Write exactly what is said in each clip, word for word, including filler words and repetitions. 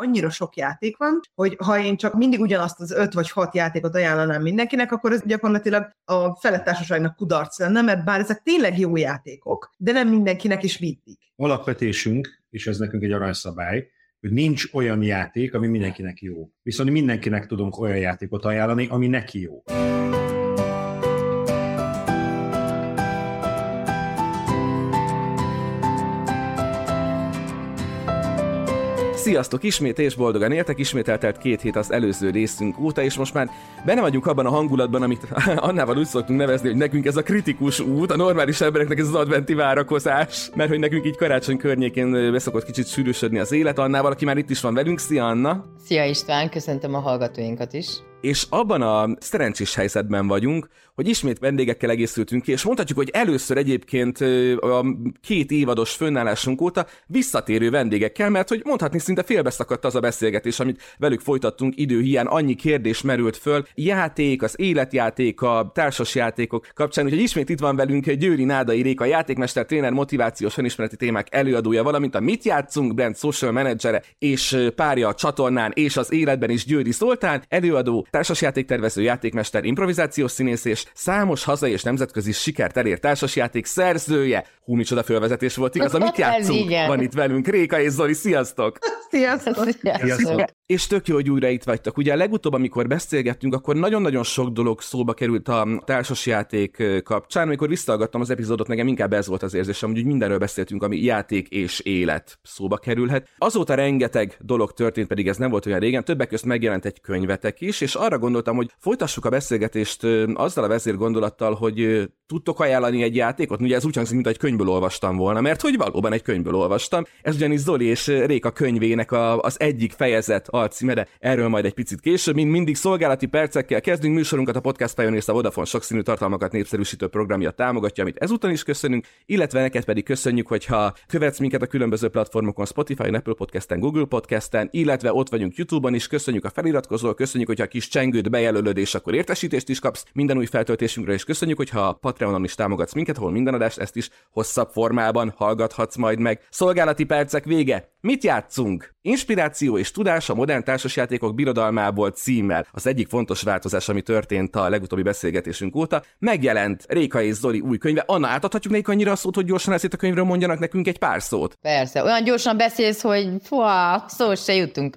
annyira sok játék van, hogy ha én csak mindig ugyanazt az öt vagy hat játékot ajánlanám mindenkinek, akkor ez gyakorlatilag a felettársaságnak kudarc lenne, mert bár ezek tényleg jó játékok, de nem mindenkinek is mindig. Alapvetésünk, és ez nekünk egy aranyszabály, hogy nincs olyan játék, ami mindenkinek jó. Viszont mindenkinek tudunk olyan játékot ajánlani, ami neki jó. Sziasztok! Ismét és boldogan éltek, ismét eltelt két hét az előző részünk óta, és most már benne vagyunk abban a hangulatban, amit annával úgy szoktunk nevezni, hogy nekünk ez a kritikus út, a normális embereknek ez az adventi várakozás, mert hogy nekünk így karácsony környékén beszokott kicsit sűrűsödni az élet Annával, aki már itt is van velünk. Szia, Anna! Szia István, köszöntöm a hallgatóinkat is! És abban a szerencsés helyzetben vagyunk, hogy ismét vendégekkel egészültünk ki, és mondhatjuk, hogy először egyébként a két évados fönnállásunk óta visszatérő vendégekkel, mert hogy mondhatni szinte félbeszakadt az a beszélgetés, amit velük folytattunk időhiány, annyi kérdés merült föl, játék, az életjáték, a társasjátékok kapcsán, úgyhogy ismét itt van velünk Győri Nádai Réka, játékmester, tréner, motivációs önismereti témák előadója, valamint a Mit játszunk brand social menedzsere és párja a csatornán és az életben is Győri Zoltán, előadó, társasjátéktervező, játékmester, improvizációs színész és számos hazai és nemzetközi sikert elért társasjáték szerzője. Hú, micsoda fölvezetés volt, igaz? A Mit játszunk van itt velünk. Réka és Zoli, sziasztok! Sziasztok! Sziasztok! És tök jó, hogy újra itt vagytok. Ugye a legutóbb, amikor beszélgettünk, akkor nagyon-nagyon sok dolog szóba került a társasjáték kapcsán. Amikor visszahallgattam az epizódot, nekem inkább ez volt az érzésem, hogy mindenről beszéltünk, ami játék és élet szóba kerülhet. Azóta rengeteg dolog történt, pedig ez nem volt olyan régen. Többek közt megjelent egy könyvetek is, és arra gondoltam, hogy folytassuk a beszélgetést azzal a vezérgondolattal, hogy tudtok ajánlani egy játékot. Ugye ez úgy hangzik, mint egy könyvből olvastam volna, mert hogy valóban egy könyvből olvastam. Ez ugyanis Zoli és Réka könyvének a, az egyik fejezet alcíme, de erről majd egy picit később. Mint mindig szolgálati percekkel kezdünk műsorunkat, a Podcast Pioneers, a Vodafone sokszínű tartalmakat népszerűsítő programja támogatja, amit ezúton is köszönünk, illetve neked pedig köszönjük, hogyha követsz minket a különböző platformokon, Spotify, Apple Podcasten, Google Podcasten, illetve ott vagyunk YouTube-on is, köszönjük a feliratkozót, köszönjük, hogyha a kis csengőt bejelölöd, és akkor értesítést is kapsz minden új feltöltésünkről, és köszönjük, hogyha a Patreonon is támogatsz minket, ahol minden adást ezt is hosszabb formában hallgathatsz majd meg. Szolgálati percek vége. Mit játszunk? Inspiráció és tudás a modern társasjátékok birodalmából címmel. Az egyik fontos változás, ami történt a legutóbbi beszélgetésünk óta, megjelent Réka és Zoli új könyve. Anna, átadhatjuk nekik annyira a szót, hogy gyorsan ezt a könyvről mondjanak nekünk egy pár szót? Persze, olyan gyorsan beszélsz, hogy fuá, szó se jutunk.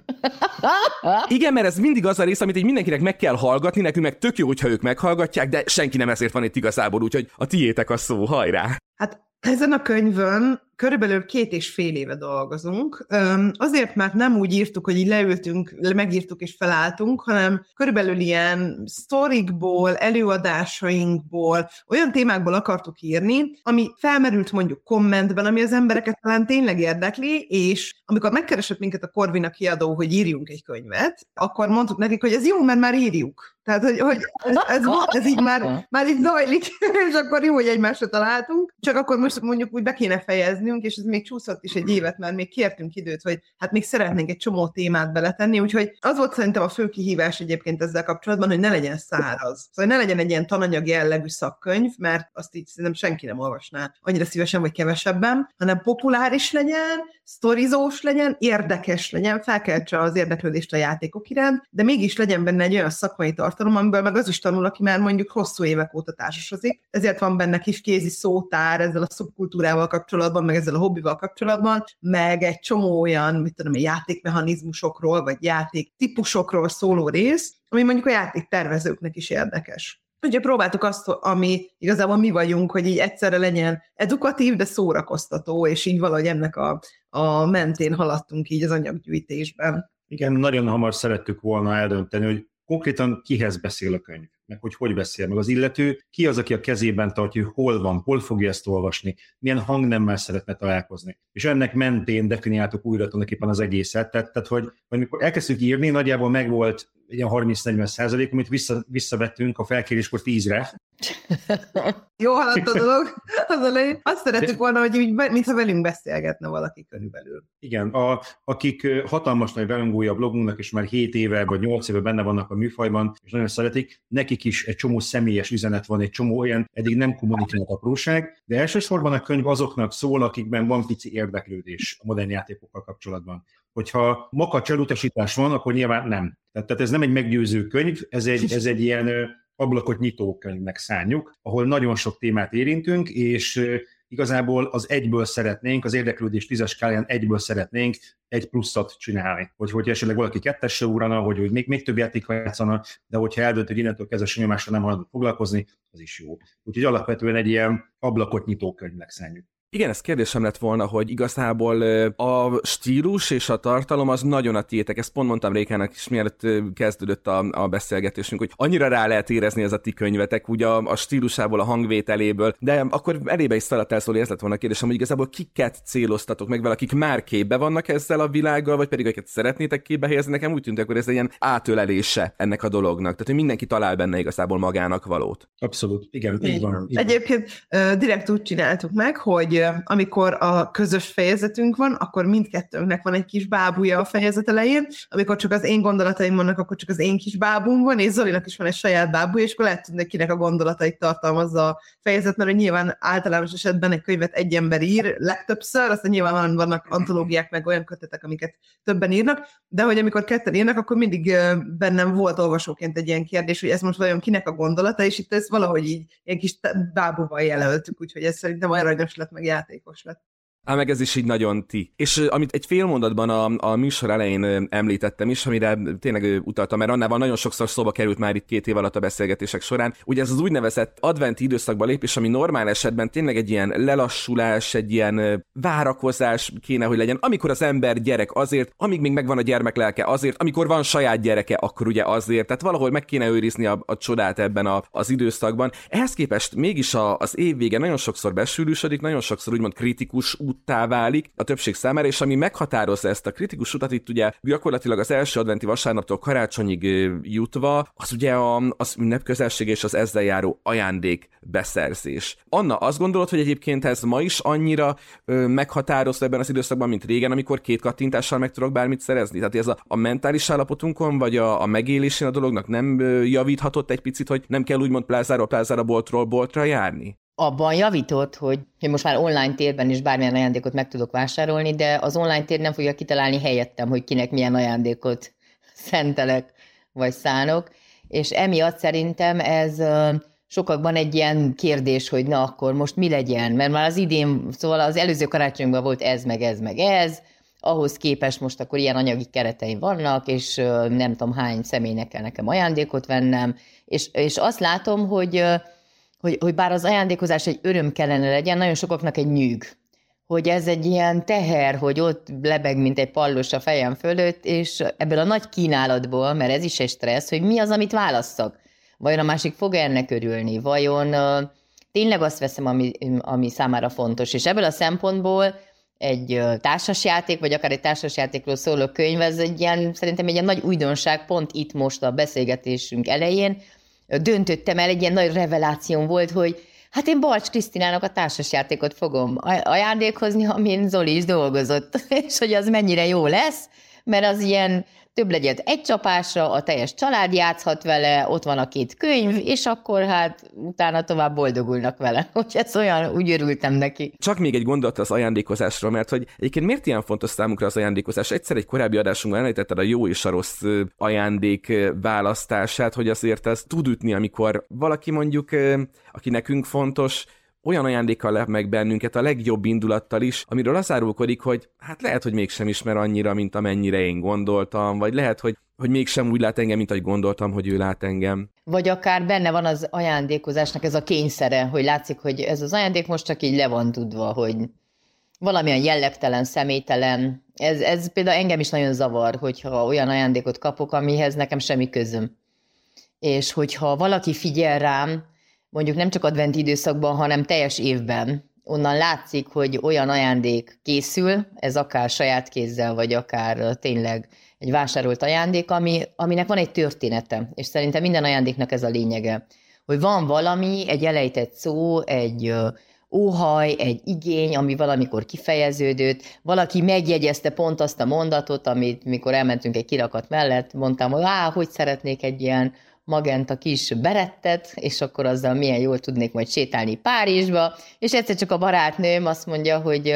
Igen, mert ez mindig az a rész, amit így mindenkinek meg kell hallgatni, nekünk meg tök jó, hogyha ők meghallgatják, de senki nem ezért van itt igazából, úgyhogy a tiétek a szó, hajrá! Hát ezen a könyvön körülbelül két és fél éve dolgozunk. Azért, mert nem úgy írtuk, hogy így leültünk, megírtuk és felálltunk, hanem körülbelül ilyen sztorikból, előadásainkból, olyan témákból akartuk írni, ami felmerült mondjuk kommentben, ami az embereket talán tényleg érdekli, és amikor megkeresett minket a Corvina kiadó, hogy írjunk egy könyvet, akkor mondtuk nekik, hogy ez jó, mert már írjuk. Tehát, hogy, hogy ez, ez, ez így már, már így zajlik, és akkor jó, hogy egymásra találtunk, csak akkor most mondjuk úgy be kéne fejeznünk, és ez még csúszott is egy évet, mert még kértünk időt, hogy hát még szeretnénk egy csomó témát beletenni, úgyhogy az volt szerintem a fő kihívás egyébként ezzel kapcsolatban, hogy ne legyen száraz. Szóval ne legyen egy ilyen tananyag jellegű szakkönyv, mert azt így szerintem senki nem olvasná annyira szívesen vagy kevesebben, hanem populáris legyen, sztorizós legyen, érdekes legyen, felkeltse az érdeklődést a játékok iránt, de mégis legyen benne egy olyan szakmai tartalom, amiből meg az is tanul, aki már mondjuk hosszú évek óta társasodik. Ezért van benne kis kézi szótár ezzel a szubkultúrával kapcsolatban, meg ezzel a hobbival kapcsolatban, meg egy csomó olyan, mit tudom, játékmechanizmusokról, vagy játéktípusokról szóló rész, ami mondjuk a játéktervezőknek is érdekes. Ugye próbáltuk azt, ami igazából mi vagyunk, hogy így egyszerre legyen edukatív, de szórakoztató, és így valahogy ennek a, a mentén haladtunk így az anyaggyűjtésben. Igen, nagyon hamar szerettük volna eldönteni, hogy konkrétan kihez beszél a könyv, meg hogy hogy beszél, meg az illető, ki az, aki a kezében tartja, hogy hol van, hol fogja ezt olvasni, milyen hangnemmel szeretne találkozni. És ennek mentén definiáltuk újra tulajdonképpen az egészet, tehát, tehát hogy amikor elkezdtük írni, nagyjából megvolt egy ilyen harminc-negyven százalék, amit vissza, visszavettünk a felkéréskor tízre. Jó haladt a dolog. Az elején. Azt szerettük volna, hogy úgy, mintha velünk beszélgetne valaki körülbelül. Igen, a, akik hatalmas nagy rajongói a blogunknak, és már hét éve vagy nyolc éve benne vannak a műfajban, és nagyon szeretik, nekik is egy csomó személyes üzenet van, egy csomó olyan eddig nem kommunikált apróság, de elsősorban a könyv azoknak szól, akikben van pici érdeklődés a modern játékokkal kapcsolatban. Hogyha makacs elutasítás van, akkor nyilván nem. Tehát, tehát ez nem egy meggyőző könyv, ez egy, ez egy ilyen ablakot nyitó könyvnek szánjuk, ahol nagyon sok témát érintünk, és igazából az egyből szeretnénk, az érdeklődés tízes skálán egyből szeretnénk egy pluszat csinálni. Hogy, hogy esetleg valaki kettesre ugrana, hogy, hogy még, még több játékkal játszana, de hogyha eldönt, hogy innentől kezdve senyomásra nem hajlandó foglalkozni, az is jó. Úgyhogy alapvetően egy ilyen ablakot nyitó könyvnek szánjuk. Igen, ez kérdésem lett volna, hogy igazából a stílus és a tartalom az nagyon a tiétek. Ezt pont mondtam Rékának is, mielőtt kezdődött a, a beszélgetésünk, hogy annyira rá lehet érezni ez a ti könyvetek, ugye a, a stílusából, a hangvételéből, de akkor elébe is szaladtál, Zoli, ez lett volna a kérdésem, hogy igazából kiket céloztatok meg, valakik már képbe vannak ezzel a világgal, vagy pedig akiket szeretnétek képbe helyezni. Nekem úgy tűnt, hogy ez egy ilyen átölelése ennek a dolognak. Tehát, hogy mindenki talál benne igazából magának valót. Abszolút, igen, így van. Így Egyébként uh, direkt úgy csináltuk meg, hogy amikor a közös fejezetünk van, akkor mindkettőnknek van egy kis bábúja a fejezet elején, amikor csak az én gondolataim vannak, akkor csak az én kis bábum van, és Zolinak is van egy saját bábúja, és akkor lehet tudni, kinek a gondolatait tartalmazza a fejezet, mert nyilván általános esetben egy könyvet egy ember ír legtöbbször, aztán nyilván vannak antológiák, meg olyan kötetek, amiket többen írnak, de hogy amikor ketten írnak, akkor mindig bennem volt olvasóként egy ilyen kérdés, hogy ez most vajon kinek a gondolata, és itt ez valahogy így ilyen kis bábúval jelöltük, úgyhogy ez szerintem aranyos lett, meg játékos lett. Á, meg ez is így nagyon ti. És uh, amit egy fél mondatban a, a műsor elején uh, említettem is, amire tényleg uh, utaltam, mert annával nagyon sokszor szóba került már itt két év alatt a beszélgetések során, ugye ez az úgynevezett adventi időszakba lépés, ami normál esetben tényleg egy ilyen lelassulás, egy ilyen uh, várakozás kéne, hogy legyen, amikor az ember gyerek azért, amíg még megvan a gyermek lelke azért, amikor van saját gyereke, akkor ugye azért, tehát valahol meg kéne őrizni a, a csodát ebben a, az időszakban. Ehhez képest mégis a, az év vége nagyon sokszor besűrűsödik, nagyon sokszor úgymond kritikus úttá válik a többség számára, és ami meghatározza ezt a kritikus utat, itt ugye gyakorlatilag az első adventi vasárnaptól karácsonyig jutva, az ugye a, az ünnepközelség és az ezzel járó ajándék beszerzés. Anna, azt gondolod, hogy egyébként ez ma is annyira ö, meghatározza ebben az időszakban, mint régen, amikor két kattintással meg tudok bármit szerezni? Tehát ez a, a mentális állapotunkon, vagy a, a megélésén a dolognak nem ö, javíthatott egy picit, hogy nem kell úgymond plázáról plázára, boltról boltra járni? Abban javított, hogy, hogy most már online térben is bármilyen ajándékot meg tudok vásárolni, de az online tér nem fogja kitalálni helyettem, hogy kinek milyen ajándékot szentelek vagy szánok, és emiatt szerintem ez sokakban egy ilyen kérdés, hogy na akkor most mi legyen, mert már az idén, szóval az előző karácsonyban volt ez, meg ez, meg ez, ahhoz képest most akkor ilyen anyagi kereteim vannak, és nem tudom hány személynek kell nekem ajándékot vennem, és, és azt látom, hogy Hogy, hogy bár az ajándékozás egy öröm kellene legyen, nagyon sokaknak egy nyűg. Hogy ez egy ilyen teher, hogy ott lebeg, mint egy pallos a fejem fölött, és ebből a nagy kínálatból, mert ez is egy stressz, hogy mi az, amit válasszak. Vajon a másik fog ennek örülni? Vajon uh, tényleg azt veszem, ami, ami számára fontos? És ebből a szempontból egy uh, társasjáték, vagy akár egy társasjátékról szóló könyv, ez egy ilyen, szerintem egy ilyen nagy újdonság, pont itt most a beszélgetésünk elején, döntöttem el, egy ilyen nagy revelációm volt, hogy hát én Balcs Krisztinának a társasjátékot fogom ajándékhozni, amin Zoli is dolgozott, és hogy az mennyire jó lesz, mert az ilyen több legyen egy csapásra, a teljes család játszhat vele, ott van a két könyv, és akkor hát utána tovább boldogulnak vele. Hogy ez olyan, úgy örültem neki. Csak még egy gondolat az ajándékozásról, mert hogy egyébként miért ilyen fontos számunkra az ajándékozás? Egyszer egy korábbi adásunkban említetted a jó és a rossz ajándék választását, hogy azért ez tud ütni, amikor valaki mondjuk, aki nekünk fontos, olyan ajándékkal lep meg bennünket a legjobb indulattal is, amiről az árulkodik, hogy hát lehet, hogy mégsem ismer annyira, mint amennyire én gondoltam, vagy lehet, hogy, hogy mégsem úgy lát engem, mint ahogy gondoltam, hogy ő lát engem. Vagy akár benne van az ajándékozásnak ez a kényszere, hogy látszik, hogy ez az ajándék most csak így le van tudva, hogy valamilyen jellegtelen, személytelen. Ez, ez például engem is nagyon zavar, hogyha olyan ajándékot kapok, amihez nekem semmi közöm. És hogyha valaki figyel rám, mondjuk nem csak adventi időszakban, hanem teljes évben, onnan látszik, hogy olyan ajándék készül, ez akár saját kézzel, vagy akár tényleg egy vásárolt ajándék, ami, aminek van egy története, és szerintem minden ajándéknak ez a lényege, hogy van valami, egy elejtett szó, egy óhaj, egy igény, ami valamikor kifejeződött, valaki megjegyezte pont azt a mondatot, amit mikor elmentünk egy kirakat mellett, mondtam, hogy á, hogy szeretnék egy ilyen magenta kis berettet, és akkor azzal milyen jól tudnék majd sétálni Párizsba, és egyszer csak a barátnőm azt mondja, hogy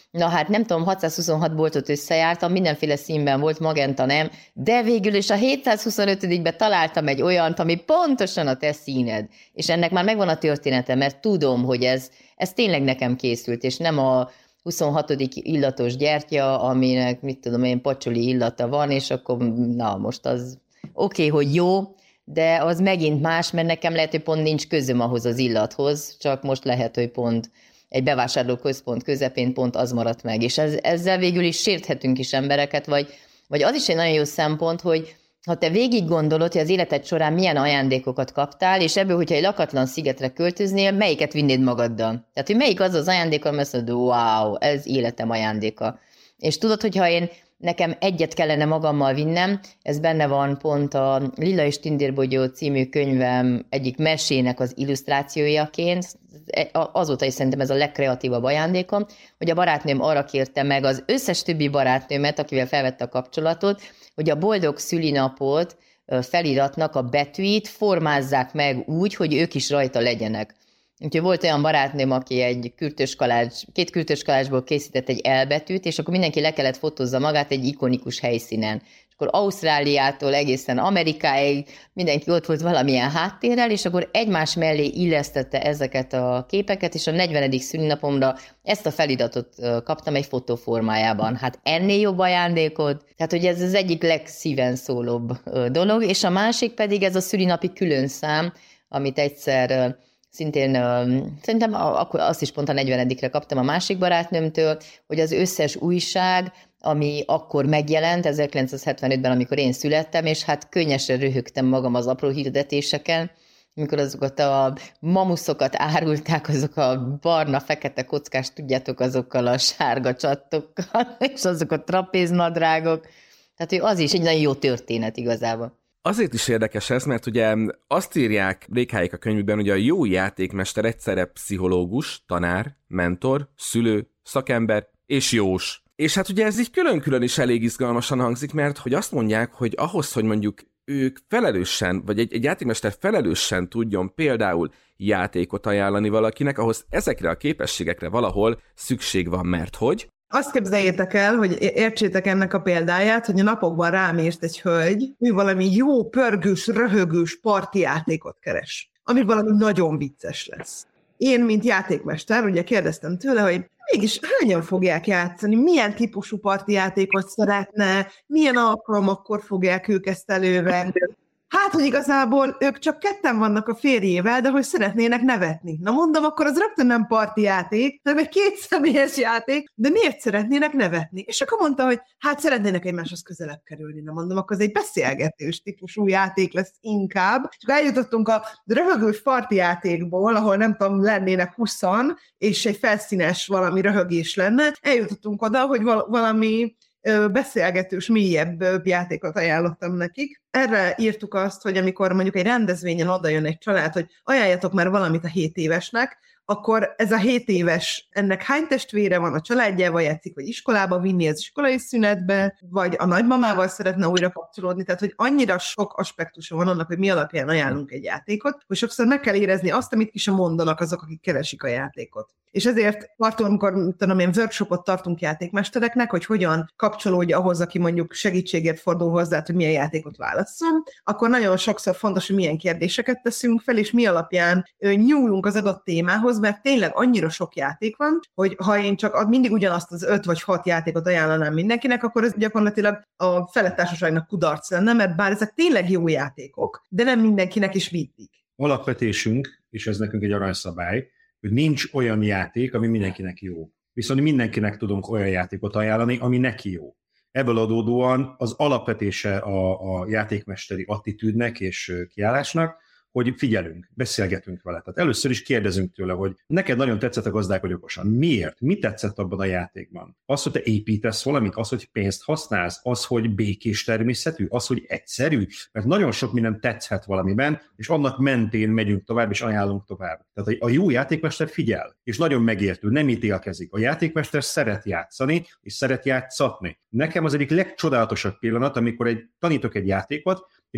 Na hát nem tudom, hatszázhuszonhat boltot összejártam, mindenféle színben volt, magenta nem, de végül is a hétszázhuszonötödikben találtam egy olyant, ami pontosan a te színed. És ennek már megvan a története, mert tudom, hogy ez, ez tényleg nekem készült, és nem a huszonhatodik illatos gyertya, aminek, mit tudom én, pacsoli illata van, és akkor na most az oké, okay, hogy jó, de az megint más, mert nekem lehet, hogy pont nincs közöm ahhoz az illathoz, csak most lehet, hogy pont egy bevásárlóközpont közepén pont az maradt meg. És ez, ezzel végül is sérthetünk is embereket, vagy, vagy az is egy nagyon jó szempont, hogy ha te végig gondolod, hogy az életed során milyen ajándékokat kaptál, és ebből, hogyha egy lakatlan szigetre költöznél, melyiket vinnéd magaddal? Tehát, hogy melyik az az ajándék, ami azt mondod, wow, ez életem ajándéka. És tudod, hogyha én nekem egyet kellene magammal vinnem, ez benne van pont a Lila és Tündérbogyó című könyvem egyik mesének az illusztrációjaként, azóta is szerintem ez a legkreatívabb ajándékom, hogy a barátnőm arra kérte meg az összes többi barátnőmet, akivel felvette a kapcsolatot, hogy a boldog szülinapot feliratnak a betűit formázzák meg úgy, hogy ők is rajta legyenek. Úgyhogy volt olyan barátnőm, aki egy kürtöskalács, két kürtöskalácsból készített egy elbetűt, és akkor mindenki le kellett fotózza magát egy ikonikus helyszínen. És akkor Ausztráliától egészen Amerikáig mindenki ott volt valamilyen háttérrel, és akkor egymás mellé illesztette ezeket a képeket, és a negyvenedik szülinapomra ezt a feliratot kaptam egy fotóformájában. Hát ennél jobb ajándékot, tehát hogy ez az egyik legszíven szólóbb dolog, és a másik pedig ez a szülinapi különszám, amit egyszer szintén szerintem akkor azt is pont a negyvenedikre kaptam a másik barátnőmtől, hogy az összes újság, ami akkor megjelent, ezerkilencszázhetvenötben, amikor én születtem, és hát könnyesen röhögtem magam az apró hirdetéseken, amikor azokat a mamuszokat árulták, azok a barna-fekete kockás, tudjátok, azokkal a sárga csattokkal, és azok a trapéznadrágok. Tehát hogy az is egy nagyon jó történet igazából. Azért is érdekes ez, mert ugye azt írják Rékáik a könyvükben, hogy a jó játékmester egyszerre pszichológus, tanár, mentor, szülő, szakember és jós. És hát ugye ez így külön-külön is elég izgalmasan hangzik, mert hogy azt mondják, hogy ahhoz, hogy mondjuk ők felelősen, vagy egy, egy játékmester felelősen tudjon például játékot ajánlani valakinek, ahhoz ezekre a képességekre valahol szükség van, mert hogy... Azt képzeljétek el, hogy értsétek ennek a példáját, hogy a napokban rám írt egy hölgy, ő valami jó, pörgős, röhögős partijátékot keres, ami valami nagyon vicces lesz. Én, mint játékmester, ugye kérdeztem tőle, hogy mégis hányan fogják játszani, milyen típusú partijátékot szeretne, milyen alkalmakkor fogják ők ezt elővenni. Hát, hogy igazából ők csak ketten vannak a férjével, de hogy szeretnének nevetni. Na mondom, akkor az rögtön nem parti játék, hanem egy kétszemélyes játék, de miért szeretnének nevetni? És akkor mondta, hogy hát szeretnének egymáshoz közelebb kerülni. Na mondom, akkor ez egy beszélgetős típusú játék lesz inkább. És akkor eljutottunk a röhögős parti játékból, ahol nem tudom, lennének huszan, és egy felszínes valami röhögés lenne. Eljutottunk oda, hogy valami beszélgetős, mélyebb játékot ajánlottam nekik. Erre írtuk azt, hogy amikor mondjuk egy rendezvényen odajön egy család, hogy ajánljatok már valamit a hét évesnek, akkor ez a hét éves, ennek hány testvére van, a családjával játszik, vagy iskolába vinni az iskolai szünetbe, vagy a nagymamával szeretne újra kapcsolódni, tehát hogy annyira sok aspektusa van annak, hogy mi alapján ajánlunk egy játékot, hogy sokszor meg kell érezni azt, amit ki sem mondanak azok, akik keresik a játékot. És ezért tartom, amikor tudom én, workshopot tartunk játékmestereknek, hogy hogyan kapcsolódja ahhoz, aki mondjuk segítségért fordul hozzá, hogy milyen játékot válasszon, akkor nagyon sokszor fontos, hogy milyen kérdéseket teszünk fel, és mi alapján nyúlunk az adott témához, mert tényleg annyira sok játék van, hogy ha én csak mindig ugyanazt az öt vagy hat játékot ajánlanám mindenkinek, akkor ez gyakorlatilag a fele társaságnak kudarc lenne, mert bár ezek tényleg jó játékok, de nem mindenkinek is mindig. Alapvetésünk, és ez nekünk egy aranyszabály, hogy nincs olyan játék, ami mindenkinek jó. Viszont mindenkinek tudunk olyan játékot ajánlani, ami neki jó. Ebből adódóan az alapvetése a, a játékmesteri attitűdnek és kiállásnak, hogy figyelünk, beszélgetünk vele. Tehát először is kérdezünk tőle, hogy neked nagyon tetszett a gazdálkodj okosan. Miért? Mi tetszett abban a játékban? Az, hogy te építesz valamit, az, hogy pénzt használsz, az, hogy békés természetű, az, hogy egyszerű, mert nagyon sok minden tetszhet valamiben, és annak mentén megyünk tovább, és ajánlunk tovább. Tehát a jó játékmester figyel, és nagyon megértő, nem ítélkezik. A játékmester szeret játszani, és szeret játszatni. Nekem az egyik legcsodálatosabb pillanat, amikor egy, tanítok egy játékot, és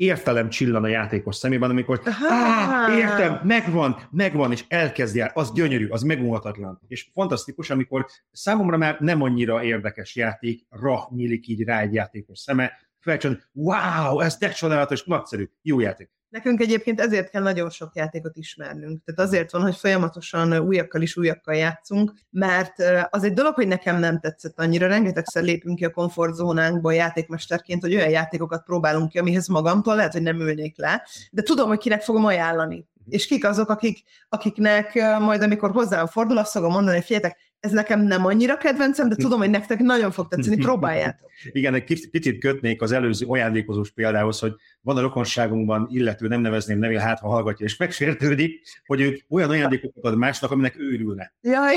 értelem csillan a játékos szemében, amikor ah, értem, megvan, megvan, és elkezd jár, az gyönyörű, az megunhatatlan. És fantasztikus, amikor számomra már nem annyira érdekes játékra nyílik így rá egy játékos szeme, felcsön, wow, ez de csodálatos, nagyszerű, jó játék. Nekünk egyébként ezért kell nagyon sok játékot ismernünk. Tehát azért van, hogy folyamatosan újakkal is újakkal játszunk, mert az egy dolog, hogy nekem nem tetszett annyira, rengetegszer lépünk ki a komfortzónánkból játékmesterként, hogy olyan játékokat próbálunk ki, amihez magamtól lehet, hogy nem ülnék le, de tudom, hogy kinek fogom ajánlani. És kik azok, akik, akiknek majd, amikor hozzám fordul, azt fogom mondani, hogy figyeljetek, ez nekem nem annyira kedvencem, de tudom, hogy nektek nagyon fog tetszeni, próbáljátok. Igen, egy picit kötnék az előző ajándékozós példához, hogy van a rokonságunkban illető, nem nevezném nevén, hát ha hallgatja, és megsértődik, hogy ők olyan ajándékokat ad másnak, aminek őrülne. Jaj.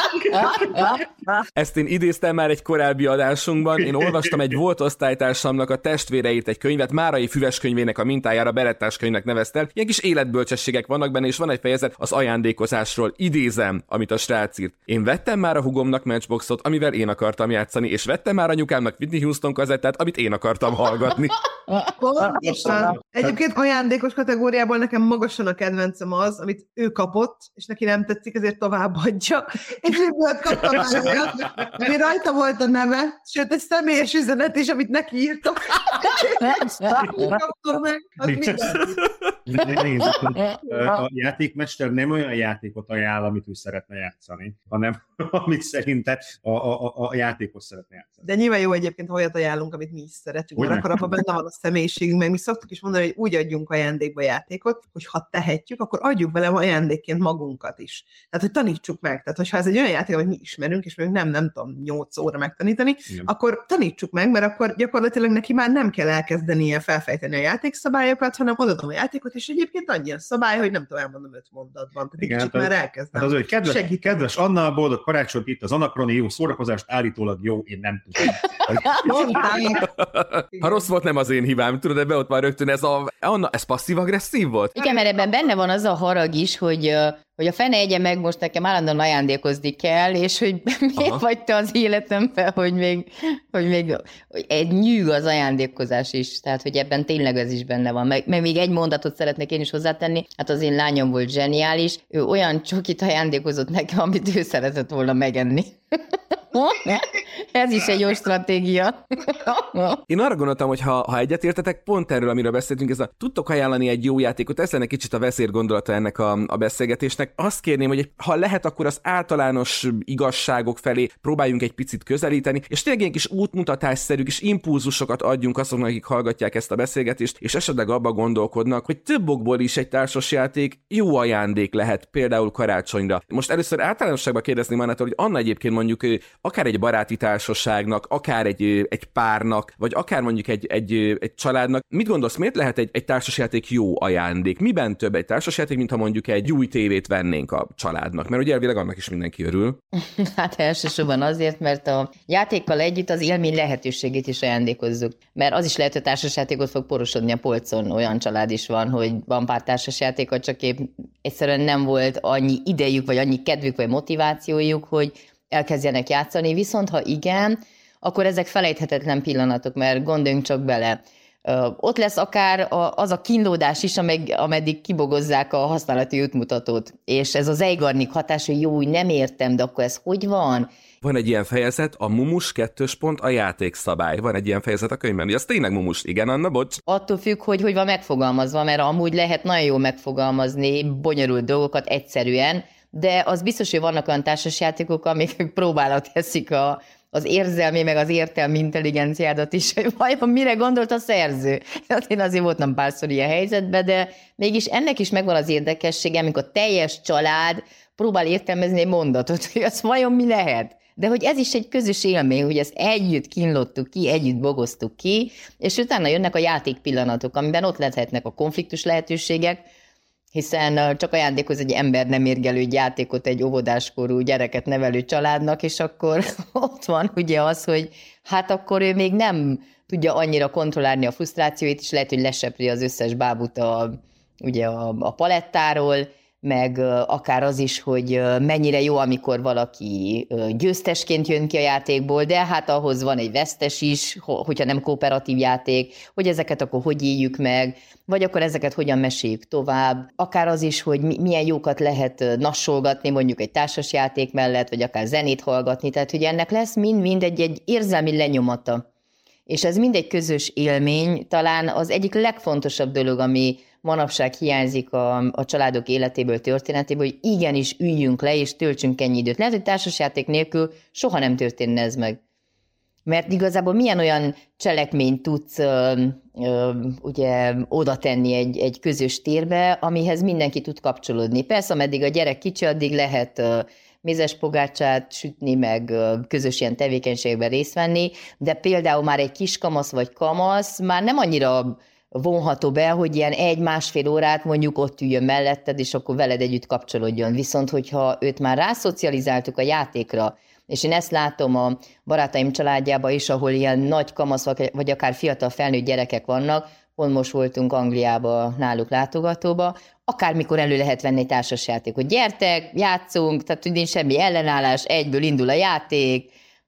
Ezt én idéztem már egy korábbi adásunkban. Én olvastam egy volt osztálytársamnak a testvére írt egy könyvet, Márai Füves könyvének a mintájára Berettás könyvnek nevezte el. Ilyen kis életbölcsességek vannak benne, és van egy fejezet az ajándékozásról. Idézem, amit a srác írt. Én vettem már a hugomnak Matchboxot, amivel én akartam játszani, és vettem már anyukámnak Whitney Houston kazettát, amit én akartam hallgatni. Egyébként ajándékos kategóriából nekem magasan a kedvencem az, amit ő kapott, és neki nem tetszik, ezért továbbadja. És ebből kaptam olyat, ami rajta volt a neve, sőt, egy személyes üzenet is, amit neki írtam. Kaptam meg. A játékmester nem olyan játékot ajánl, amit ő szeretne játszani, hanem amit szerintem a, a, a játékos szeretne játszani. De nyilván jó egyébként, ha olyat ajánlunk, amit mi is szeretünk, mert akkor abban benne van a személyiségünk, meg mi szoktuk is mondani, hogy úgy adjunk ajándékba játékot, hogy ha tehetjük, akkor adjuk bele ajándékként magunkat is. Tehát, hogy tanítsuk meg. Tehát, hogyha ez egy olyan játék, amit mi ismerünk, és még nem, nem tudom, nyolc óra megtanítani, igen, akkor tanítsuk meg, mert akkor gyakorlatilag neki már nem kell elkezdenie felfejteni a játékszabályokat, hanem odadom a játékot, és egyébként annyi a szabály, hogy nem tudom, elmondom öt mondatban. Tehát igen, kicsit hát, már elkezdem. Hát az, hogy kedves, kedves Anna, boldog karácsonyt, itt az Anakroni, jó szórakozást, állítólag jó, én nem tudom. Ha rossz volt, nem az én hibám, tudod, ebbe ott már rögtön ez a... Anna, ez passzív-agresszív volt? Igen, mert ebben benne van az a harag is, hogy, hogy a fene egye meg most nekem állandóan ajándékozni kell, és hogy miért vagy te az életemben, hogy még, hogy még hogy egy nyűg az ajándékozás is, tehát hogy ebben tényleg ez is benne van. Meg, meg még egy mondatot szeretnék én is hozzátenni, hát az én lányom volt zseniális, ő olyan csokit ajándékozott nekem, amit ő szeretett volna megenni. Ez is egy jó stratégia. Én arra gondoltam, hogy ha, ha egyetértetek, pont erről, amiről beszéltünk, ez a tudtok ajánlani egy jó játékot, ez lenne kicsit a vezérgondolata ennek a, a beszélgetésnek. Azt kérném, hogy ha lehet, akkor az általános igazságok felé próbáljunk egy picit közelíteni, és tényleg ilyen kis útmutatásszerű kis impulzusokat adjunk azoknak, akik hallgatják ezt a beszélgetést, és esetleg abba gondolkodnak, hogy több okból is egy társasjáték jó ajándék lehet, például karácsonyra. Most először általánosságban kérdezném Annától, hogy Anna egyébként mondjuk akár egy baráti társaságnak, akár egy, egy párnak, vagy akár mondjuk egy, egy, egy családnak. Mit gondolsz, miért lehet egy, egy társasjáték jó ajándék? Miben több egy társasjáték, mint ha mondjuk egy új tévét vennénk a családnak? Mert ugye elvileg annak is mindenki örül. Hát elsősorban azért, mert a játékkal együtt az élmény lehetőségét is ajándékozzuk. Mert az is lehet, hogy társasjátékot fog porosodni a polcon. Olyan család is van, hogy van pár társasjátékot, csak épp egyszerűen nem volt annyi idejük, vagy annyi kedvük, vagy motivációjuk, hogy elkezdjenek játszani, viszont ha igen, akkor ezek felejthetetlen pillanatok, mert gondoljunk csak bele. Ö, ott lesz akár a, az a kínlódás is, ameg, ameddig kibogozzák a használati útmutatót, és ez az eigarnik hatás, hogy jó, nem értem, de akkor ez hogy van? Van egy ilyen fejezet, a mumus kettős pont a játékszabály. Van egy ilyen fejezet a könyvben, hogy az tényleg mumus. Igen, Anna, bocs? Attól függ, hogy hogy van megfogalmazva, mert amúgy lehet nagyon jól megfogalmazni bonyolult dolgokat egyszerűen, de az biztos, hogy vannak olyan társasjátékok, amik próbálat teszik a, az érzelmi, meg az értelmi intelligenciádat is, hogy vajon mire gondolt a szerző. Hát én azért voltam párszor ilyen helyzetben, de mégis ennek is megvan az érdekessége, amikor teljes család próbál értelmezni egy mondatot, hogy az vajon mi lehet. De hogy ez is egy közös élmény, hogy ezt együtt kínlottuk ki, együtt bogoztuk ki, és utána jönnek a játékpillanatok, amiben ott lehetnek a konfliktus lehetőségek, hiszen csak ajándékoz egy ember nem érgelő egy játékot egy óvodáskorú gyereket nevelő családnak, és akkor ott van ugye az, hogy hát akkor ő még nem tudja annyira kontrollálni a frusztrációit, és lehet, hogy lesepri az összes bábut a, ugye a, a palettáról, meg akár az is, hogy mennyire jó, amikor valaki győztesként jön ki a játékból, de hát ahhoz van egy vesztes is, hogyha nem kooperatív játék, hogy ezeket akkor hogy éljük meg, vagy akkor ezeket hogyan meséljük tovább. Akár az is, hogy milyen jókat lehet nassolgatni mondjuk egy társasjáték mellett, vagy akár zenét hallgatni, tehát hogy ennek lesz mind-mind egy, egy érzelmi lenyomata. És ez mind egy közös élmény, talán az egyik legfontosabb dolog, ami manapság hiányzik a, a családok életéből, történetéből, hogy igenis üljünk le, és töltsünk ennyi időt. Lehet, hogy társasjáték nélkül soha nem történne ez meg. Mert igazából milyen olyan cselekményt tudsz ö, ö, ugye oda tenni egy, egy közös térbe, amihez mindenki tud kapcsolódni. Persze, ameddig a gyerek kicsi, addig lehet ö, mézes pogácsát sütni, meg ö, közös ilyen tevékenységben részt venni, de például már egy kis kamasz vagy kamasz már nem annyira vonható be, hogy ilyen egy-másfél órát mondjuk ott üljön melletted, és akkor veled együtt kapcsolódjon. Viszont, hogyha őt már rászocializáltuk a játékra, és én ezt látom a barátaim családjában is, ahol ilyen nagy kamasz, vagy akár fiatal felnőtt gyerekek vannak, pont most voltunk Angliába náluk látogatóba, akármikor elő lehet venni egy társasjátékot. Gyertek, játszunk, tehát nincs semmi ellenállás, egyből indul a játék,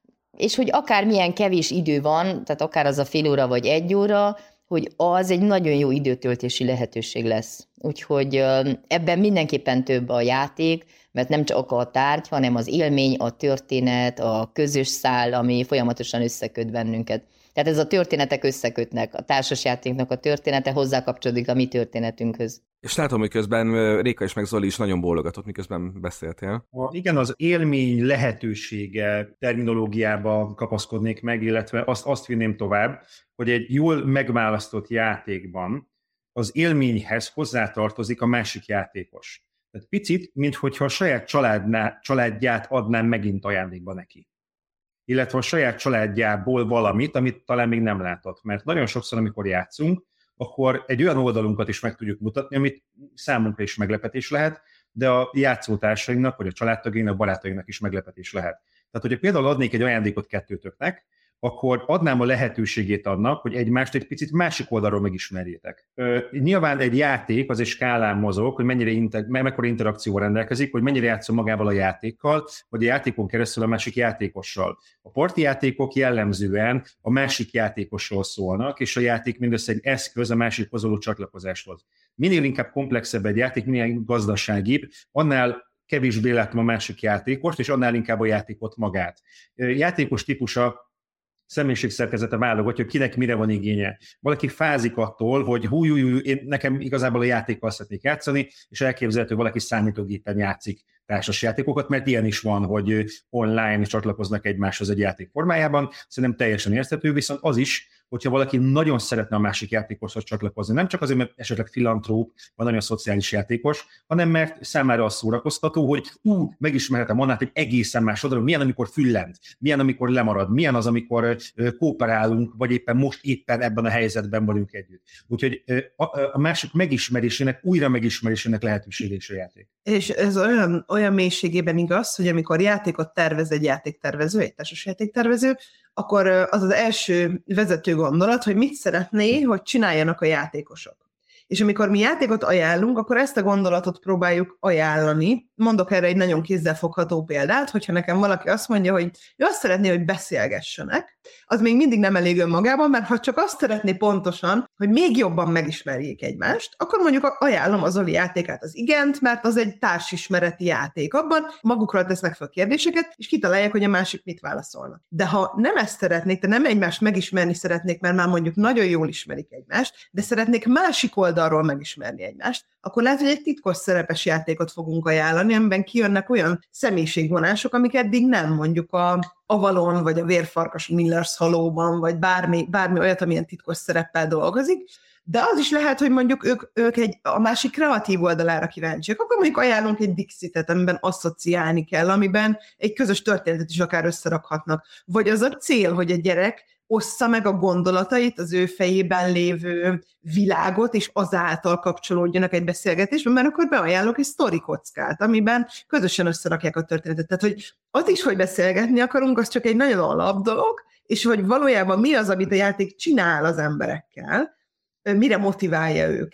és hogy akár milyen kevés idő van, tehát akár az a fél óra vagy egy óra, hogy az egy nagyon jó időtöltési lehetőség lesz. Úgyhogy ebben mindenképpen több a játék, mert nem csak a tárgy, hanem az élmény, a történet, a közös szál, ami folyamatosan összeköt bennünket. Tehát ez a történetek összekötnek, a társasjátéknak a története hozzákapcsolódik a mi történetünkhöz. És látom, hogy közben Réka és meg Zoli is nagyon bólogatott, miközben beszéltél. A, igen, az élmény lehetősége terminológiába kapaszkodnék meg, illetve azt, azt vinném tovább, hogy egy jól megválasztott játékban az élményhez hozzátartozik a másik játékos. Tehát picit, minthogyha a saját családná, családját adnám megint ajándékba neki. Illetve a saját családjából valamit, amit talán még nem látott. Mert nagyon sokszor, amikor játszunk, akkor egy olyan oldalunkat is meg tudjuk mutatni, amit számunkra is meglepetés lehet, de a játszótársainknak, vagy a családtagjainknak, barátainknak is meglepetés lehet. Tehát, hogyha például adnék egy ajándékot kettőtöknek, akkor adnám a lehetőségét annak, hogy egymást egy picit másik oldalról megismerjétek. Ö, nyilván egy játék az egy skálán mozog, hogy mennyire inter, mekkora interakcióval rendelkezik, hogy mennyire játszom magával a játékkal, vagy a játékon keresztül a másik játékossal. A parti játékok jellemzően a másik játékosról szólnak, és a játék mindössze egy eszköz a másikhoz való csatlakozáshoz. Minél inkább komplexebb egy játék, minél gazdaságibb, annál kevésbé látom a másik játékost, és annál inkább a játékot magát. Játékos típusa személyiségszerkezete válogatja, hogy kinek mire van igénye. Valaki fázik attól, hogy hú, hú, hú, én nekem igazából a játékkal szeretnék játszani, és elképzelhető, hogy valaki számítógépen játszik társas játékokat, mert ilyen is van, hogy online csatlakoznak egymáshoz egy játék formájában, szerintem teljesen érthető, viszont az is, hogyha valaki nagyon szeretne a másik játékoshoz csatlakozni, nem csak azért, mert esetleg filantróp, vagy nagyon szociális játékos, hanem mert számára az szórakoztató, hogy ú, megismerhetem annál egy egészen más oldalon, milyen, amikor füllent, milyen, amikor lemarad, milyen az, amikor kooperálunk, vagy éppen most éppen ebben a helyzetben vagyunk együtt. Úgyhogy a, a másik megismerésének, újra megismerésének lehetősége is a játék. És ez olyan, olyan mélységében igaz, hogy amikor játékot tervez egy játéktervező, egy társas játéktervező, akkor az az első vezető gondolat, hogy mit szeretné, hogy csináljanak a játékosok. És amikor mi játékot ajánlunk, akkor ezt a gondolatot próbáljuk ajánlani. Mondok erre egy nagyon kézzelfogható példát, hogyha nekem valaki azt mondja, hogy ő azt szeretné, hogy beszélgessenek, az még mindig nem elég önmagában, mert ha csak azt szeretné pontosan, hogy még jobban megismerjék egymást, akkor mondjuk ajánlom az Zoli játékát, az igent, mert az egy társismereti játék. Abban magukról tesznek fel kérdéseket, és kitalálják, hogy a másik mit válaszolnak. De ha nem ezt szeretnék, de nem egymást megismerni szeretnék, mert már mondjuk nagyon jól ismerik egymást, de szeretnék másik oldalról megismerni egymást, akkor lehet, hogy egy titkos szerepes játékot fogunk ajánlani, amiben kijönnek olyan személyiségvonások, amik eddig nem, mondjuk a Avalon, vagy a Vérfarkas Millers Halóban, vagy bármi, bármi olyat, amilyen titkos szereppel dolgozik, de az is lehet, hogy mondjuk ők, ők egy, a másik kreatív oldalára kíváncsiak, akkor mondjuk ajánlunk egy Dixitet, amiben asszociálni kell, amiben egy közös történetet is akár összerakhatnak. Vagy az a cél, hogy a gyerek ossza meg a gondolatait, az ő fejében lévő világot, és azáltal kapcsolódjanak egy beszélgetésben, mert akkor beajánlok egy sztori kockát, amiben közösen összerakják a történetet. Tehát, hogy az is, hogy beszélgetni akarunk, az csak egy nagyon alap dolog, és hogy valójában mi az, amit a játék csinál az emberekkel, mire motiválja őket,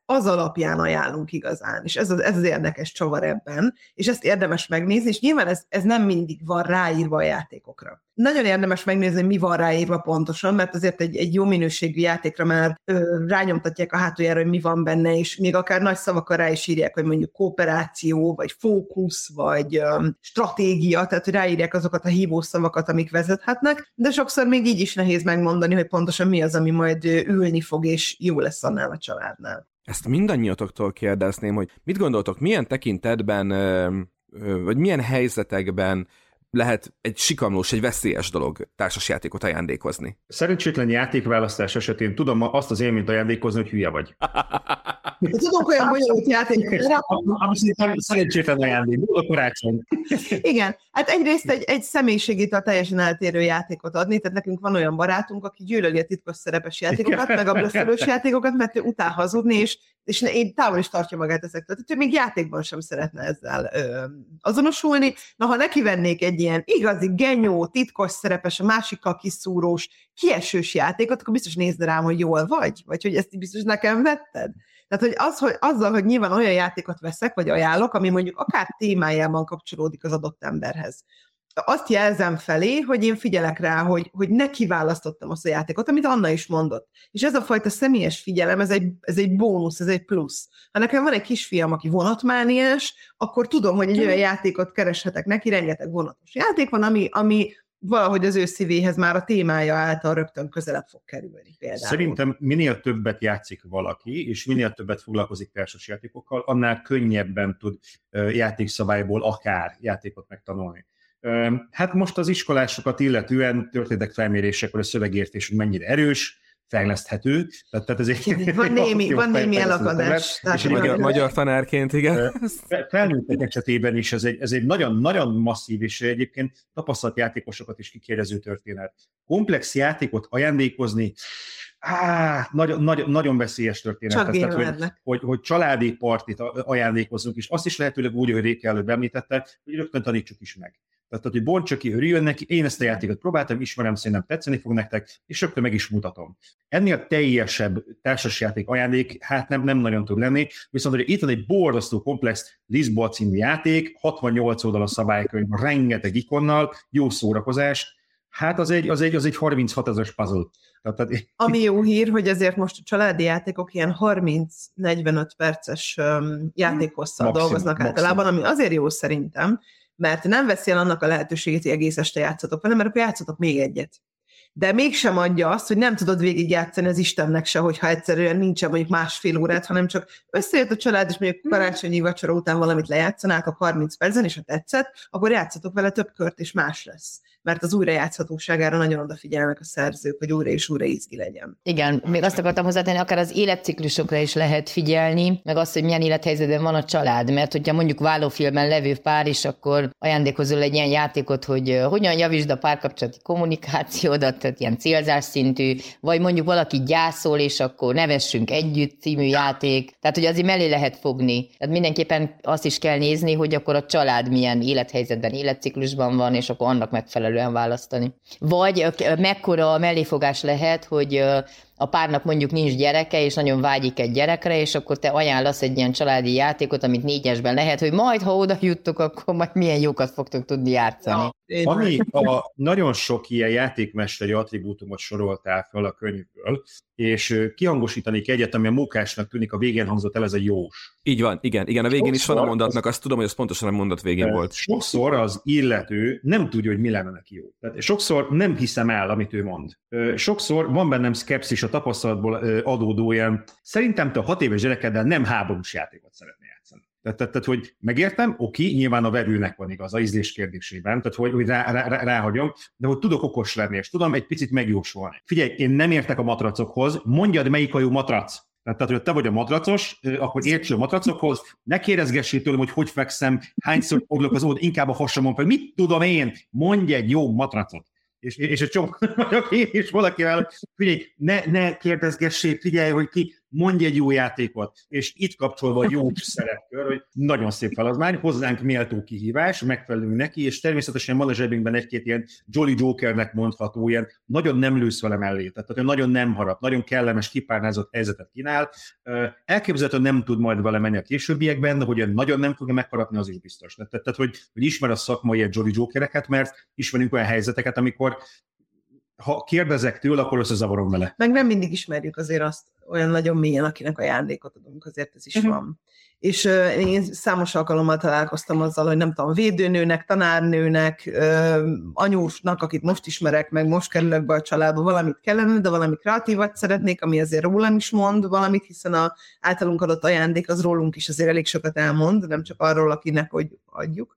az alapján ajánlunk igazán, és ez az, ez az érdekes csavar ebben, és ezt érdemes megnézni, és nyilván ez, ez nem mindig van ráírva a játékokra. Nagyon érdemes megnézni, mi van ráírva pontosan, mert azért egy, egy jó minőségű játékra már ö, rányomtatják a hátuljára, hogy mi van benne, és még akár nagy szavakkal rá is írják, hogy mondjuk kooperáció, vagy fókusz, vagy ö, stratégia, tehát hogy ráírják azokat a hívószavakat, amik vezethetnek, de sokszor még így is nehéz megmondani, hogy pontosan mi az, ami majd ülni fog, és jó lesz annál a családnál. Ezt mindannyiatoktól kérdezném, hogy mit gondoltok, milyen tekintetben, vagy milyen helyzetekben lehet egy sikamlós, egy veszélyes dolog társasjátékot ajándékozni? Szerencsétlen játékválasztás esetén tudom azt az élményt ajándékozni, hogy hülye vagy. Tudunk olyan bonyolult játékot. Ami szerintem szerencsétlen ajándék, a karácsony. Igen, hát egyrészt egy, egy személyiségétől teljesen eltérő játékot adni, tehát nekünk van olyan barátunk, aki gyűlöli a titkos szerepes játékokat, meg a blöffelős játékokat, mert ő utál hazudni, és, és én távol is tartja magát ezektől. Tehát ő még játékban sem szeretne ezzel ö, azonosulni. Na, ha neki vennék egy ilyen igazi, genyó, titkos szerepes, a másikkal kiszúrós, kiesős játékot, akkor biztos nézd rám, hogy jól vagy, vagy hogy ezt biztos nekem vetted. Tehát, hogy, az, hogy azzal, hogy nyilván olyan játékot veszek, vagy ajánlok, ami mondjuk akár témájában kapcsolódik az adott emberhez. Azt jelzem felé, hogy én figyelek rá, hogy, hogy ne kiválasztottam azt a játékot, amit Anna is mondott. És ez a fajta személyes figyelem, ez egy, ez egy bónusz, ez egy plusz. Ha nekem van egy kisfiam, aki vonatmániás, akkor tudom, hogy egy olyan játékot kereshetek neki, rengeteg vonatos játék van, ami, ami valahogy az ő szívéhez már a témája által rögtön közelebb fog kerülni például. Szerintem minél többet játszik valaki, és minél többet foglalkozik társasjátékokkal, annál könnyebben tud játékszabályból akár játékot megtanulni. Hát most az iskolásokat illetően történtek felmérések, hogy a szövegértés hogy mennyire erős, fejleszthető. Tehát, tehát ez egy, van némi, van némi elakadás. És magyar, magyar tanárként, igen. Felnőttek esetében is ez egy, ez egy nagyon, nagyon masszív, és egyébként tapasztalt játékosokat is kikérdező történet. Komplex játékot ajándékozni, Á, nagyon, nagyon, nagyon veszélyes történet. Tehát, hogy, hogy, hogy családi partit ajándékozzunk, és azt is lehetőleg úgy, hogy Réke előbb említette, hogy rögtön tanítsuk is meg. Tehát, hogy bontsa ki, örüljön neki, én ezt a játékot próbáltam, ismerem, szerintem tetszeni fog nektek, és rögtön meg is mutatom. Ennél teljesebb társasjáték ajándék, hát nem, nem nagyon tud lenni, viszont hogy itt van egy borzasztó komplex Lisboa című játék, hatvannyolc oldal a szabálykönyv, rengeteg ikonnal, jó szórakozás, hát az egy, az egy, az egy harminchat ezeres puzzle. Tehát, ami jó hír, hogy azért most a családi játékok ilyen harminc-negyvenöt perces um, játékhosszal maximum, dolgoznak maximum. Általában, ami azért jó szerintem, mert nem veszi el annak a lehetőségét, hogy egész este játszatok vele, mert akkor játszatok még egyet. De mégsem adja azt, hogy nem tudod végigjátszani az Istennek se, hogyha egyszerűen nincsen mondjuk másfél órát, hanem csak összejött a család, és mondjuk karácsonyi vacsora után valamit lejátszanák a harminc percen, és ha tetszett, akkor játszatok vele több kört, és más lesz. Mert az újrajátszhatóságára nagyon odafigyelnek a szerzők, hogy újra és újra izgi legyen. Igen, még azt akartam hozzátenni, akár az életciklusokra is lehet figyelni, meg azt, hogy milyen élethelyzetben van a család, mert hogyha mondjuk vállófilmen levő pár is, akkor ajándékozol egy ilyen játékot, hogy hogyan javítsd a párkapcsolati kommunikációdat, tehát ilyen célzás szintű, vagy mondjuk valaki gyászol, és akkor nevessünk együtt című játék, tehát hogy azért mellé lehet fogni. Tehát mindenképpen azt is kell nézni, hogy akkor a család milyen élethelyzetben, életciklusban van, és akkor annak megfelelően választani. Vagy mekkora melléfogás lehet, hogy a párnak mondjuk nincs gyereke, és nagyon vágyik egy gyerekre, és akkor te ajánlasz egy ilyen családi játékot, amit négyesben lehet, hogy majd, ha oda juttok, akkor majd milyen jókat fogtok tudni játszani. Ja, ami a nagyon sok ilyen játékmesteri attribútumot soroltál fel a könyvből, és kihangosítanék egyet, ami a mókásnak tűnik, a végén hangzott el, ez a jós. Így van, igen, igen, a végén sokszor is van a mondatnak, azt tudom, hogy az pontosan a mondat végén volt. Sokszor az illető nem tudja, hogy mi lenne neki jó. Tehát sokszor nem hiszem el, amit ő mond. Sokszor van bennem szkepszis a tapasztalatból adódó ilyen, szerintem te a hat éves gyerekeddel nem háborús játékot szeretnél játszani. Tehát, tehát, tehát, hogy megértem, oké, nyilván a verőnek van igaz, a ízlés kérdésében, tehát hogy, hogy rá, rá, rá, ráhagyom, de hogy tudok okos lenni, és tudom egy picit megjósolni. Figyelj, én nem értek a matracokhoz, mondjad, melyik a jó matrac. Tehát, hogy te vagy a matracos, akkor értsd a matracokhoz, ne kérdezgessél tőlem, hogy hogy fekszem, hányszor fordulok az ód, inkább a hasamon fel, mit tudom én, mondj egy jó matracot. És, és a csomó vagyok én is valakivel, figyelj, ne, ne kérdezgessék, figyelj, hogy ki, mondj egy jó játékot, és itt kapcsolva a jó szerepkör, hogy nagyon szép feladvány, hozzánk méltó kihívás, megfelelünk neki, és természetesen van a zsebünkben egy-két ilyen Jolly Jokernek mondható, ilyen nagyon nem lősz vele mellé, tehát nagyon nem harap, nagyon kellemes, kipárnázott helyzetet kínál. Elképzelhetően nem tud majd vele menni a későbbiekben, de hogy nagyon nem fogja megharapni, az is biztos. Tehát, tehát hogy, hogy ismer a szakma ilyen Jolly Jokereket, mert ismerünk olyan helyzeteket, amikor ha kérdezek tőle, akkor összezavarom vele. Meg nem mindig ismerjük azért azt olyan nagyon mélyen, akinek ajándékot adunk, azért ez is uh-huh. van. És uh, én számos alkalommal találkoztam azzal, hogy nem tudom, védőnőnek, tanárnőnek, uh, anyósnak, akit most ismerek, meg most kerülök be a családba, valamit kellene, de valami kreatívat szeretnék, ami azért rólam is mond valamit, hiszen az általunk adott ajándék az rólunk is azért elég sokat elmond, nem csak arról, akinek, hogy adjuk.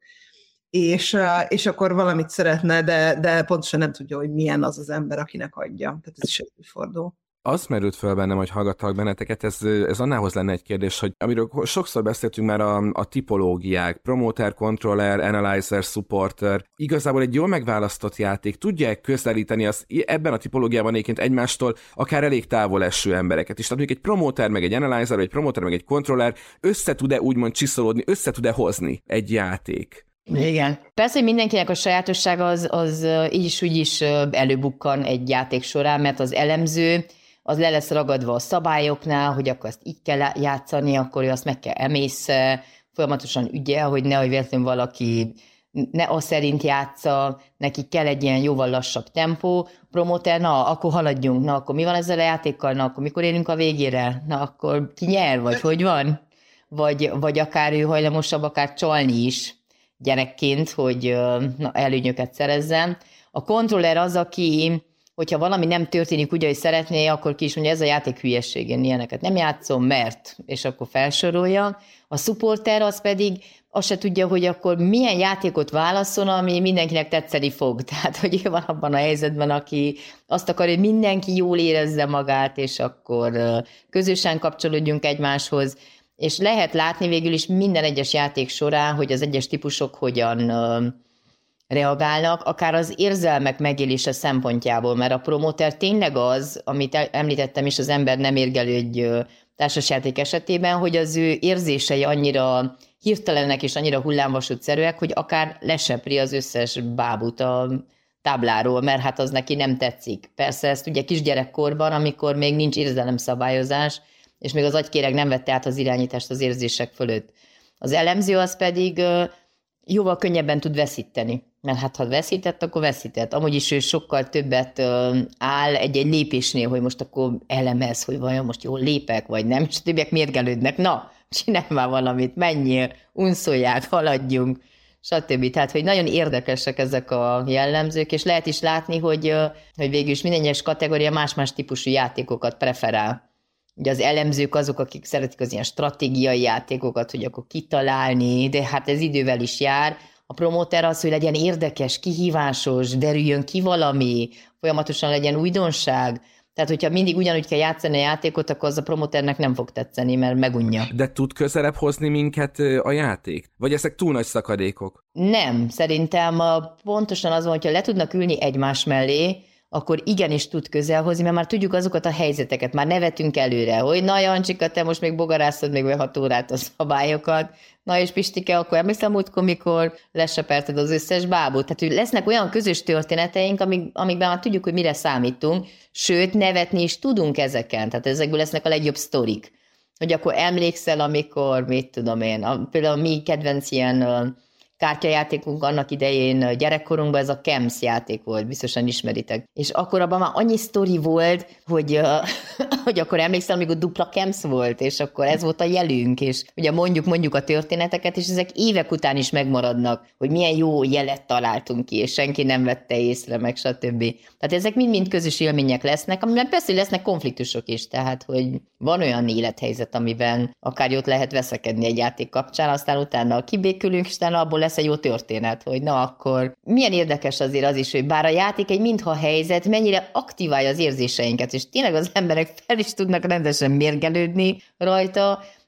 És, és akkor valamit szeretne, de, de pontosan nem tudja, hogy milyen az az ember, akinek adja. Tehát ez is előfordul. Az merült fel bennem, hogy hallgattak benneteket, ez, ez annához lenne egy kérdés, hogy amiről sokszor beszéltünk már a, a tipológiák, promoter, controller, analyzer, supporter, igazából egy jól megválasztott játék tudja közelíteni az, ebben a tipológiában egyébként egymástól akár elég távol eső embereket is. Tehát mondjuk egy promoter, meg egy analyzer, vagy egy promoter, meg egy controller össze tud-e úgymond csiszolódni, össze tud-e hozni egy játék? Igen. Persze, hogy mindenkinek a sajátossága az, az így is úgy is előbukkan egy játék során, mert az elemző az le lesz ragadva a szabályoknál, hogy akkor ezt így kell játszani, akkor ő azt meg kell emészze, folyamatosan ügyel, hogy nehogy véletlenül valaki ne az szerint játsza, neki kell egy ilyen jóval lassabb tempó, promoter, na, akkor haladjunk, na, akkor mi van ezzel a játékkal, na, akkor mikor érünk a végére, na, akkor ki nyer, vagy hogy van? Vagy, vagy akár ő hajlamosabb, akár csalni is gyerekként, hogy na, előnyöket szerezzen. A kontroller az, aki, hogyha valami nem történik úgy, ahogy szeretné, akkor ki is mondja, ez a játék hülyeség, én ilyeneket nem játszom, mert, és akkor felsorolja. A supporter az pedig azt se tudja, hogy akkor milyen játékot válaszol, ami mindenkinek tetszeni fog. Tehát, hogy ő van abban a helyzetben, aki azt akar, hogy mindenki jól érezze magát, és akkor közösen kapcsolódjunk egymáshoz. És lehet látni végül is minden egyes játék során, hogy az egyes típusok hogyan uh, reagálnak, akár az érzelmek megélése szempontjából, mert a promoter tényleg az, amit említettem is, az ember nem érgelő egy uh, társasjáték esetében, hogy az ő érzései annyira hirtelenek és annyira hullámvasútszerűek, hogy akár lesepri az összes bábút a tábláról, mert hát az neki nem tetszik. Persze ezt ugye kisgyerekkorban, amikor még nincs érzelemszabályozás, és még az agykéreg nem vette át az irányítást az érzések fölött. Az elemző az pedig jóval könnyebben tud veszíteni, mert hát ha veszített, akkor veszített. Amúgy is ő sokkal többet áll egy-egy lépésnél, hogy most akkor elemez, hogy vajon most jól lépek, vagy nem, és a többiek mérgelődnek. Na, csinálj már valamit, menjél, unszolják, haladjunk, stb. Tehát, hogy nagyon érdekesek ezek a jellemzők, és lehet is látni, hogy, hogy végül is minden egyes kategória más-más típusú játékokat preferál. Ugye az elemzők azok, akik szeretik az ilyen stratégiai játékokat, hogy akkor kitalálni, de hát ez idővel is jár. A promoter az, hogy legyen érdekes, kihívásos, derüljön ki valami, folyamatosan legyen újdonság. Tehát, hogyha mindig ugyanúgy kell játszani a játékot, akkor az a promoternek nem fog tetszeni, mert megunja. De tud közelebb hozni minket a játék? Vagy ezek túl nagy szakadékok? Nem, szerintem pontosan az van, hogyha le tudnak ülni egymás mellé, akkor igenis tud közelhozni, mert már tudjuk azokat a helyzeteket, már nevetünk előre, hogy na Jancsika, te most még bogarászod még be hat órát a szabályokat, na és Pistike, akkor emlékszel múltkor, mikor leseperted az összes bábút. Tehát, hogy lesznek olyan közös történeteink, amik, amikben már tudjuk, hogy mire számítunk, sőt, nevetni is tudunk ezeken, tehát ezekből lesznek a legjobb sztorik. Hogy akkor emlékszel, amikor, mit tudom én, a, például a mi kedvenc ilyen kártyajátékunk annak idején gyerekkorunkban, ez a Kems játék volt, biztosan ismeritek. És akkor abban már annyi sztori volt, hogy, hogy akkor emlékszel, amikor dupla Kems volt, és akkor ez volt a jelünk, és ugye mondjuk mondjuk a történeteket, és ezek évek után is megmaradnak, hogy milyen jó jelet találtunk ki, és senki nem vette észre, meg stb. Tehát ezek mind-mind közös élmények lesznek, amiben persze lesznek konfliktusok is, tehát hogy van olyan élethelyzet, amiben akár jót lehet veszekedni egy játék kapcsán, aztán utána kibékülünk, és utána abból lesz egy jó történet, hogy na akkor milyen érdekes azért az is, hogy bár a játék egy mintha helyzet, mennyire aktiválja az érzéseinket, és tényleg az emberek fel is tudnak rendesen mérgelődni rajta,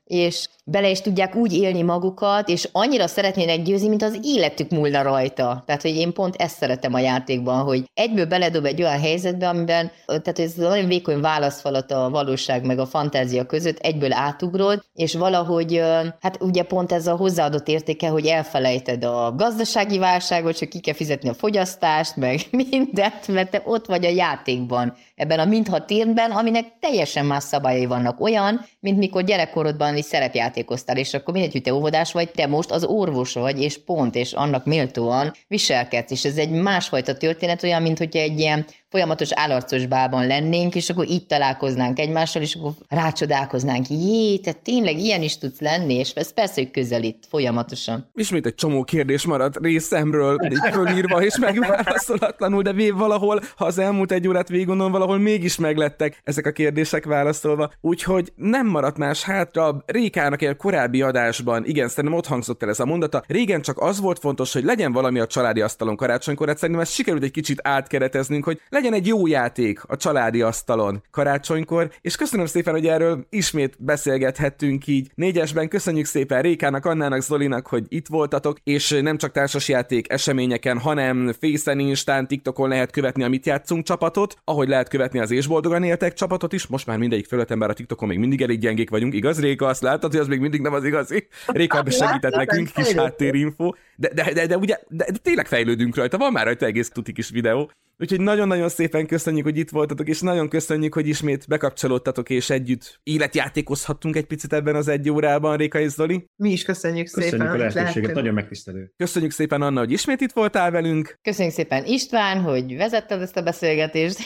és bele is tudják úgy élni magukat, és annyira szeretnének győzni, mint az életük múlna rajta. Tehát, hogy én pont ezt szeretem a játékban, hogy egyből beledob egy olyan helyzetbe, amiben, tehát ez nagyon vékony válaszfalat a valóság meg a fantázia között, egyből átugrod, és valahogy, hát ugye pont ez a hozzáadott értéke, hogy elfelejted a gazdasági válságot, csak ki kell fizetni a fogyasztást, meg mindent, mert te ott vagy a játékban, ebben a mintha térben, aminek teljesen más szabályai vannak, olyan, mint mikor gyerekkorodban is szerepjátékoztál, és akkor mindegy, hogy te óvodás vagy, te most az orvos vagy, és pont, és annak méltóan viselkedsz, és ez egy másfajta történet, olyan, mint hogyha egy ilyen folyamatos állarcos bálban lennénk, és akkor itt találkoznánk egymással, és akkor rácsodálkoznánk, jé, te tényleg ilyen is tudsz lenni, és ez persze, hogy közelít folyamatosan. Ismét egy csomó kérdés maradt részemről, így fölírva és megválaszolatlanul, de vé valahol, ha az elmúlt egy órát végigondolom, valahol mégis meglettek ezek a kérdések válaszolva, úgyhogy nem maradt más hátra. Rékának egy korábbi adásban, igen, szerintem ott hangzott el ez a mondata, régen csak az volt fontos, hogy legyen valami a családi asztalon karácsonykor, hát szerintem ezt sikerült egy kicsit átkereteznünk, hogy legyen egy jó játék a családi asztalon karácsonykor, és köszönöm szépen, hogy erről ismét beszélgethettünk így négyesben. Köszönjük szépen Rékának, Annának, Zolinak, hogy itt voltatok, és nem csak társasjáték eseményeken, hanem Face-en, Instán, TikTokon lehet követni a Mit játszunk csapatot, ahogy lehet követni az És boldogan éltek csapatot is. Most már mindegyik fölöttem, bár a TikTokon még mindig elég gyengék vagyunk, igaz Réka? Azt láttad, hogy az még mindig nem az igazi. Réka ebbe segített nekünk, kis háttérinfo. De, de, de, de ugye de, de tényleg fejlődünk rajta, van már rajta egész tuti kis videó. Úgyhogy nagyon-nagyon szépen köszönjük, hogy itt voltatok, és nagyon köszönjük, hogy ismét bekapcsolódtatok, és együtt életjátékozhattunk egy picit ebben az egy órában, Réka és Zoli. Mi is köszönjük, köszönjük szépen. Köszönjük a lehetőséget, nagyon megtisztelő. Köszönjük szépen, Anna, hogy ismét itt voltál velünk. Köszönjük szépen István, hogy vezetted ezt a beszélgetést.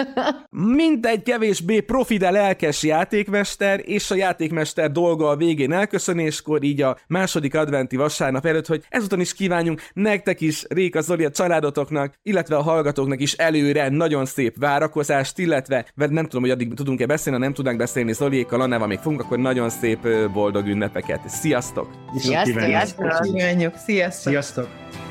Mindegy kevésbé profi, de lelkes játékmester, és a játékmester dolga a végén elköszönéskor, így a második adventi vasárnap előtt, hogy ezúton is kívánjunk nektek is, Réka, Zoli, a családotoknak, illetve a hallgatóknak is előre nagyon szép várakozást, illetve nem tudom, hogy addig tudunk-e beszélni, ha nem tudnánk beszélni Zoliékkal, Annával még fogunk, akkor nagyon szép boldog ünnepeket. Sziasztok! Sziasztok! Sziasztok! Sziasztok! Sziasztok!